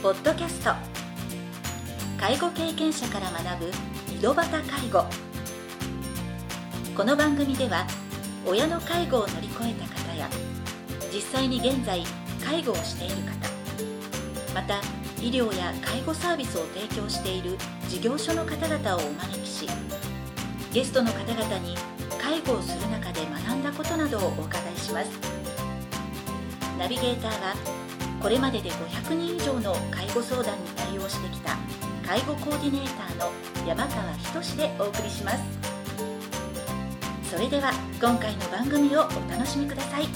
ポッドキャスト、介護経験者から学ぶ井戸端介護。この番組では親の介護を乗り越えた方や実際に現在介護をしている方、また医療や介護サービスを提供している事業所の方々をお招きし、ゲストの方々に介護をする中で学んだことなどをお伺いします。ナビゲーターはこれまでで500人以上の介護相談に対応してきた介護コーディネーターの山川仁でお送りします。それでは今回の番組をお楽しみください。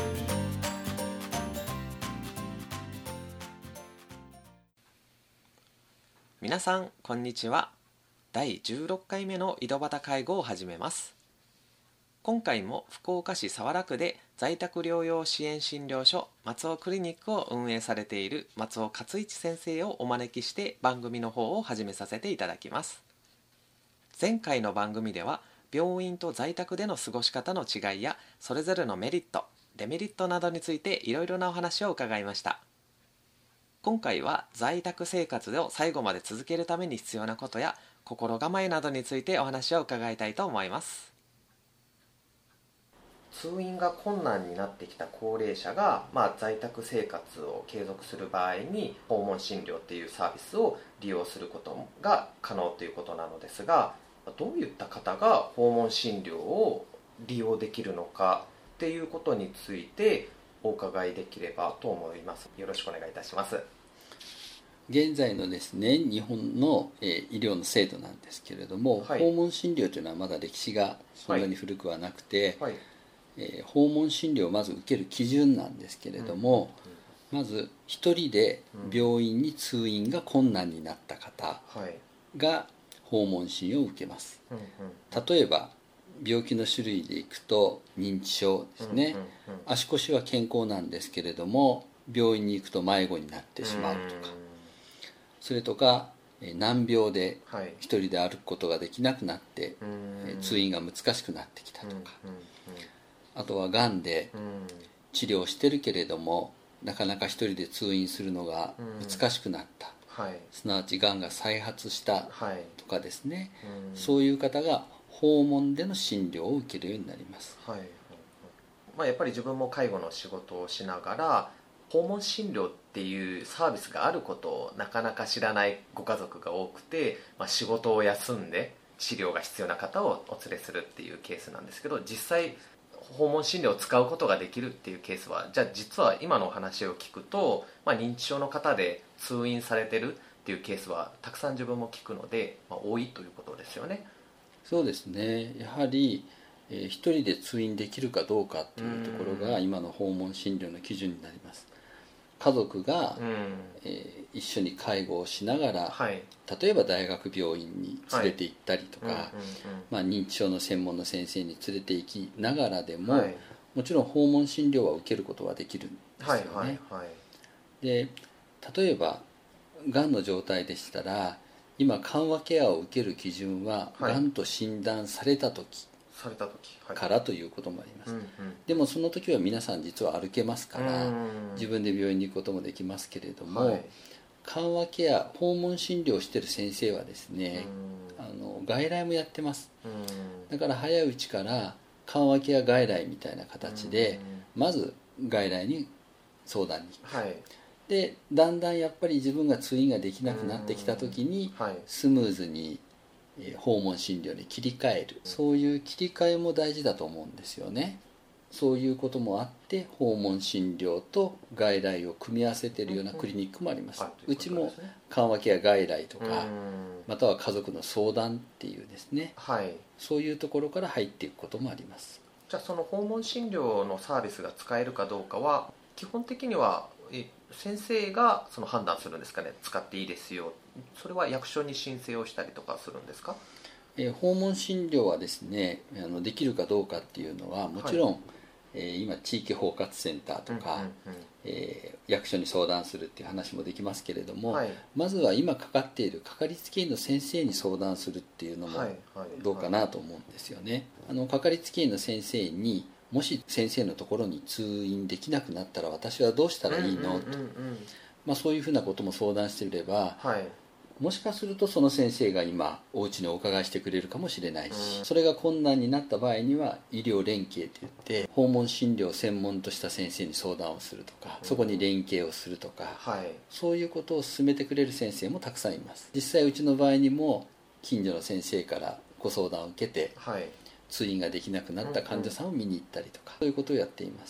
皆さんこんにちは。第16回目の井戸端介護を始めます。今回も福岡市早良区で在宅療養支援診療所松尾クリニックを運営されている松尾勝一先生をお招きして番組の方を始めさせていただきます。前回の番組では病院と在宅での過ごし方の違いやそれぞれのメリット、デメリットなどについていろいろなお話を伺いました。今回は在宅生活を最後まで続けるために必要なことや心構えなどについてお話を伺いたいと思います。通院が困難になってきた高齢者が、在宅生活を継続する場合に訪問診療っていうサービスを利用することが可能ということなのですが、どういった方が訪問診療を利用できるのかっていうことについてお伺いできればと思います。よろしくお願いいたします。 現在のですね、日本の医療の制度なんですけれども、訪問診療というのはまだ歴史がそんなに古くはなくて、訪問診療をまず受ける基準なんですけれども、まず一人で病院に通院が困難になった方が訪問診を受けます。例えば病気の種類でいくと認知症ですね、足腰は健康なんですけれども病院に行くと迷子になってしまうとか、それとか難病で一人で歩くことができなくなって通院が難しくなってきたとか、あとはがんで治療してるけれどもなかなか一人で通院するのが難しくなった、すなわちがんが再発したとかですね、そういう方が訪問での診療を受けるようになります。 やっぱり自分も介護の仕事をしながら訪問診療っていうサービスがあることをなかなか知らないご家族が多くて、仕事を休んで治療が必要な方をお連れするっていうケースなんですけど、実際訪問診療を使うことができるっていうケースは、じゃあ実は今のお話を聞くと、認知症の方で通院されてるっていうケースはたくさん自分も聞くので、多いということですよね。 そうですね、やはり一人で通院できるかどうかというところが今の訪問診療の基準になります。家族が一緒に介護をしながら、例えば大学病院に連れて行ったりとか、認知症の専門の先生に連れて行きながらでも、もちろん訪問診療は受けることはできるんですよね。で、例えばがんの状態でしたら今緩和ケアを受ける基準は、がんと診断された時からということもあります。でもその時は皆さん実は歩けますから自分で病院に行くこともできますけれども、緩和ケア訪問診療をしている先生はですね、外来もやってます。だから早いうちから緩和ケア外来みたいな形でまず外来に相談に行く、でだんだんやっぱり自分が通院ができなくなってきた時にスムーズに訪問診療に切り替える、そういう切り替えも大事だと思うんですよね。そういうこともあって訪問診療と外来を組み合わせているようなクリニックもあります。うちも緩和ケア外来とかまたは家族の相談っていうですね、そういうところから入っていくこともあります。 じゃあその訪問診療のサービスが使えるかどうかは基本的には先生がその判断するんですかね。使っていいですよ、それは役所に申請をしたりとかするんですか。 訪問診療はですね、できるかどうかっていうのはもちろん、今地域包括センターとか、役所に相談するっていう話もできますけれども、まずは今かかっているかかりつけ医の先生に相談するっていうのもどうかなと思うんですよね。かかりつけ医の先生にもし先生のところに通院できなくなったら私はどうしたらいいのと、 そういうふうなことも相談していれば、 はい、 もしかするとその先生が今お家にお伺いしてくれるかもしれないし、それが困難になった場合には医療連携といって訪問診療を専門とした先生に相談をするとか、そこに連携をするとか、 はい、 そういうことを進めてくれる先生もたくさんいます。実際うちの場合にも近所の先生からご相談を受けて、 はい、 通院ができなくなった患者さんを見に行ったりとか、そういうことをやっています。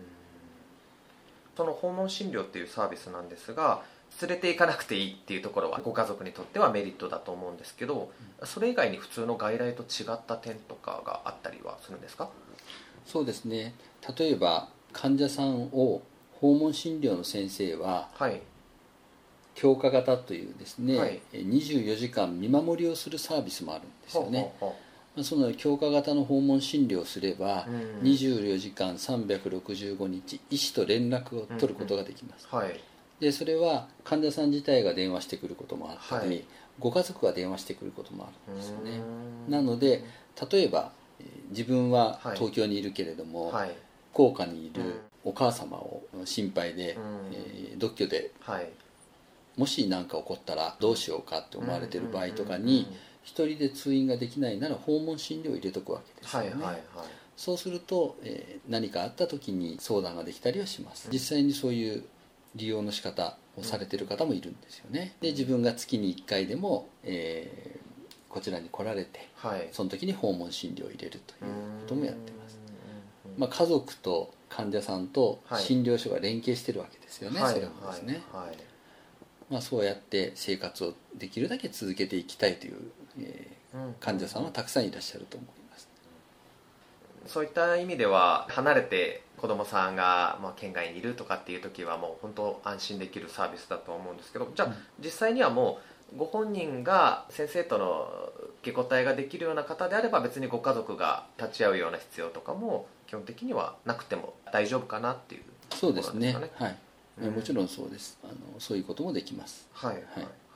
その訪問診療っていうサービスなんですが、連れて行かなくていいっていうところはご家族にとってはメリットだと思うんですけど、それ以外に普通の外来と違った点とかがあったりはするんですか？ そうですね、例えば患者さんを訪問診療の先生は、 はい、 強化型というですね、 はい、 24時間見守りをするサービスもあるんですよね。 ほうほうほその強化型の訪問診療をすれば、 うん、 24時間365日医師と連絡を取ることができます。 はい、 でそれは患者さん自体が電話してくることもあったり、 はい、 ご家族が電話してくることもあるんですよね。なので例えば自分は東京にいるけれども、 はい、 福岡にいるお母様を心配で、独居で、 はい、 もし何か起こったらどうしようかって思われている場合とかに、一人で通院ができないなら訪問診療を入れとくわけですよね。 はいはいはい、 そうすると、何かあった時に相談ができたりはします。実際にそういう利用の仕方をされている方もいるんですよね。で自分が月に1回でも、こちらに来られて、 はい、 その時に訪問診療を入れるということもやってます。家族と患者さんと診療所が連携してるわけですよね、 はい、 それもですね、 はい、 そうやって生活をできるだけ続けていきたいという、患者さんはたくさんいらっしゃると思います。 そういった意味では離れて子どもさんが県外にいるとかっていう時はもう本当安心できるサービスだと思うんですけど、じゃあ実際にはもうご本人が先生との受け答えができるような方であれば別にご家族が立ち会うような必要とかも基本的にはなくても大丈夫かなっていうところですかね。 そうですね、はい、もちろんそうです。そういうこともできます。 はい、はい、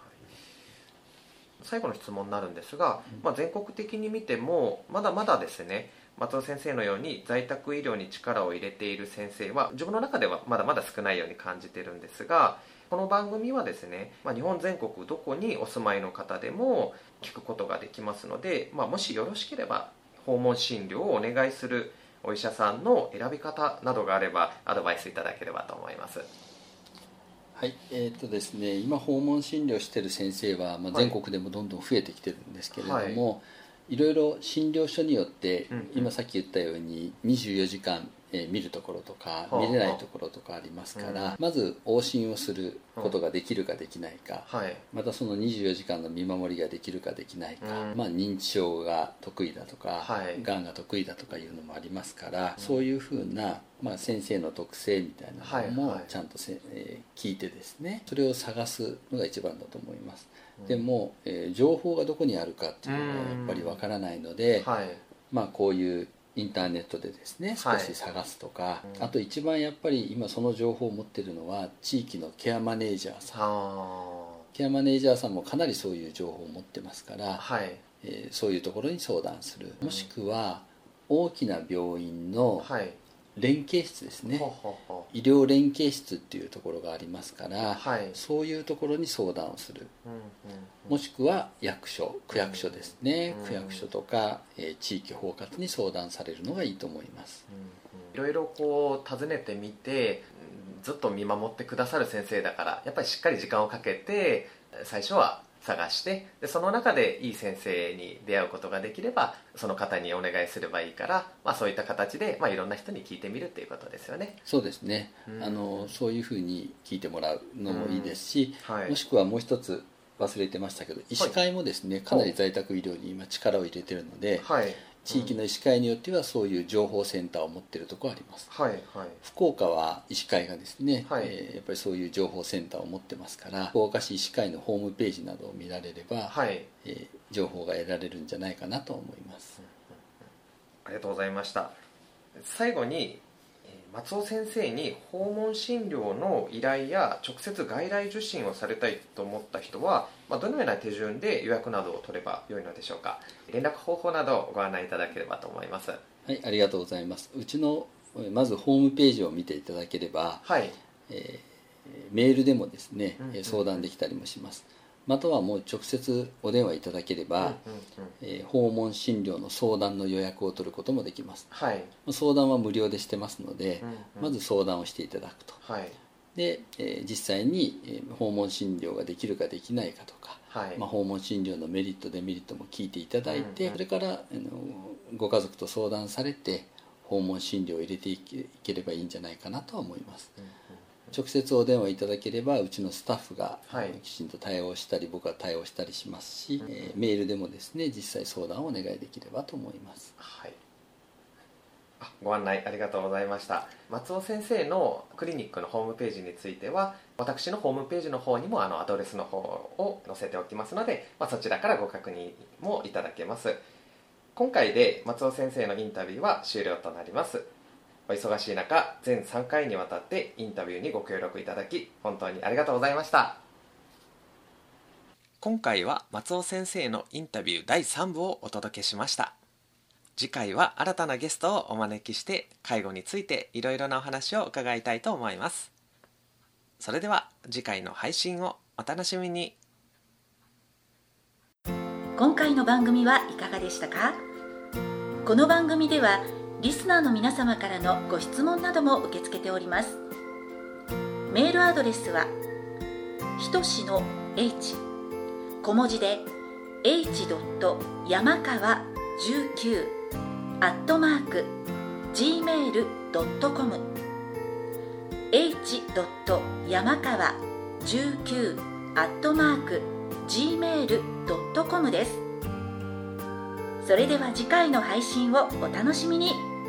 最後の質問になるんですが、全国的に見てもまだまだですね、松尾先生のように在宅医療に力を入れている先生は自分の中ではまだまだ少ないように感じているんですが、この番組はですね、日本全国どこにお住まいの方でも聞くことができますので、もしよろしければ訪問診療をお願いするお医者さんの選び方などがあればアドバイスいただければと思います。 はい、ですね、今訪問診療している先生は、全国でもどんどん増えてきてるんですけれども、いろいろ診療所によって、今さっき言ったように24時間見るところとか見れないところとかありますから、まず往診をすることができるかできないか、またその24時間の見守りができるかできないか、認知症が得意だとか、がんが得意だとかいうのもありますから、そういうふうな、先生の特性みたいなのもちゃんと聞いてですね、それを探すのが一番だと思います。でも、情報がどこにあるかっていうのはやっぱりわからないので、こういうインターネットでですね少し探すとか、あと一番やっぱり今その情報を持っているのは地域のケアマネージャーさん、ケアマネージャーさんもかなりそういう情報を持ってますから、そういうところに相談する、もしくは大きな病院の連携室ですね、医療連携室っていうところがありますから、そういうところに相談をする、もしくは役所、区役所ですね、区役所とか、地域包括に相談されるのがいいと思います。 いろいろこう訪ねてみてずっと見守ってくださる先生だから、やっぱりしっかり時間をかけて最初は探して、でその中でいい先生に出会うことができればその方にお願いすればいいから、そういった形で、いろんな人に聞いてみるっていうことですよね。 そうですね、そういうふうに聞いてもらうのもいいですし、もしくはもう一つ忘れてましたけど、医師会もですね、かなり在宅医療に今力を入れているので、地域の医師会によってはそういう情報センターを持っているところあります。福岡は医師会がですね、やっぱりそういう情報センターを持ってますから、福岡市医師会のホームページなどを見られれば、情報が得られるんじゃないかなと思います。 ありがとうございました。最後に松尾先生に訪問診療の依頼や直接外来受診をされたいと思った人は、どのような手順で予約などを取ればよいのでしょうか。連絡方法などをご案内いただければと思います。 はい、ありがとうございます。うちのまずホームページを見ていただければ、 メールでもですね、相談できたりもします。またはもう直接お電話いただければ、訪問診療の相談の予約を取ることもできます、はい、相談は無料でしてますので、まず相談をしていただくと、はい、で、実際に訪問診療ができるかできないかとか、はい、訪問診療のメリットデメリットも聞いていただいて、それからご家族と相談されて訪問診療を入れていければいいんじゃないかなとは思います、直接お電話いただければうちのスタッフがきちんと対応したり、僕は対応したりしますし、メールでもですね実際相談をお願いできればと思います、 はい、ご案内ありがとうございました。松尾先生のクリニックのホームページについては私のホームページの方にもアドレスの方を載せておきますので、そちらからご確認もいただけます。今回で松尾先生のインタビューは終了となります。お忙しい中、全3回にわたってインタビューにご協力いただき本当にありがとうございました。今回は松尾先生のインタビュー第3部をお届けしました。次回は新たなゲストをお招きして介護についていろいろなお話を伺いたいと思います。それでは次回の配信をお楽しみに。 今回の番組はいかがでしたか？この番組ではリスナーの皆様からのご質問なども受け付けております。メールアドレスはひとしの h 小文字で h. 山川19 @gmail.com h. 山川19 @gmail.com です。それでは次回の配信をお楽しみに。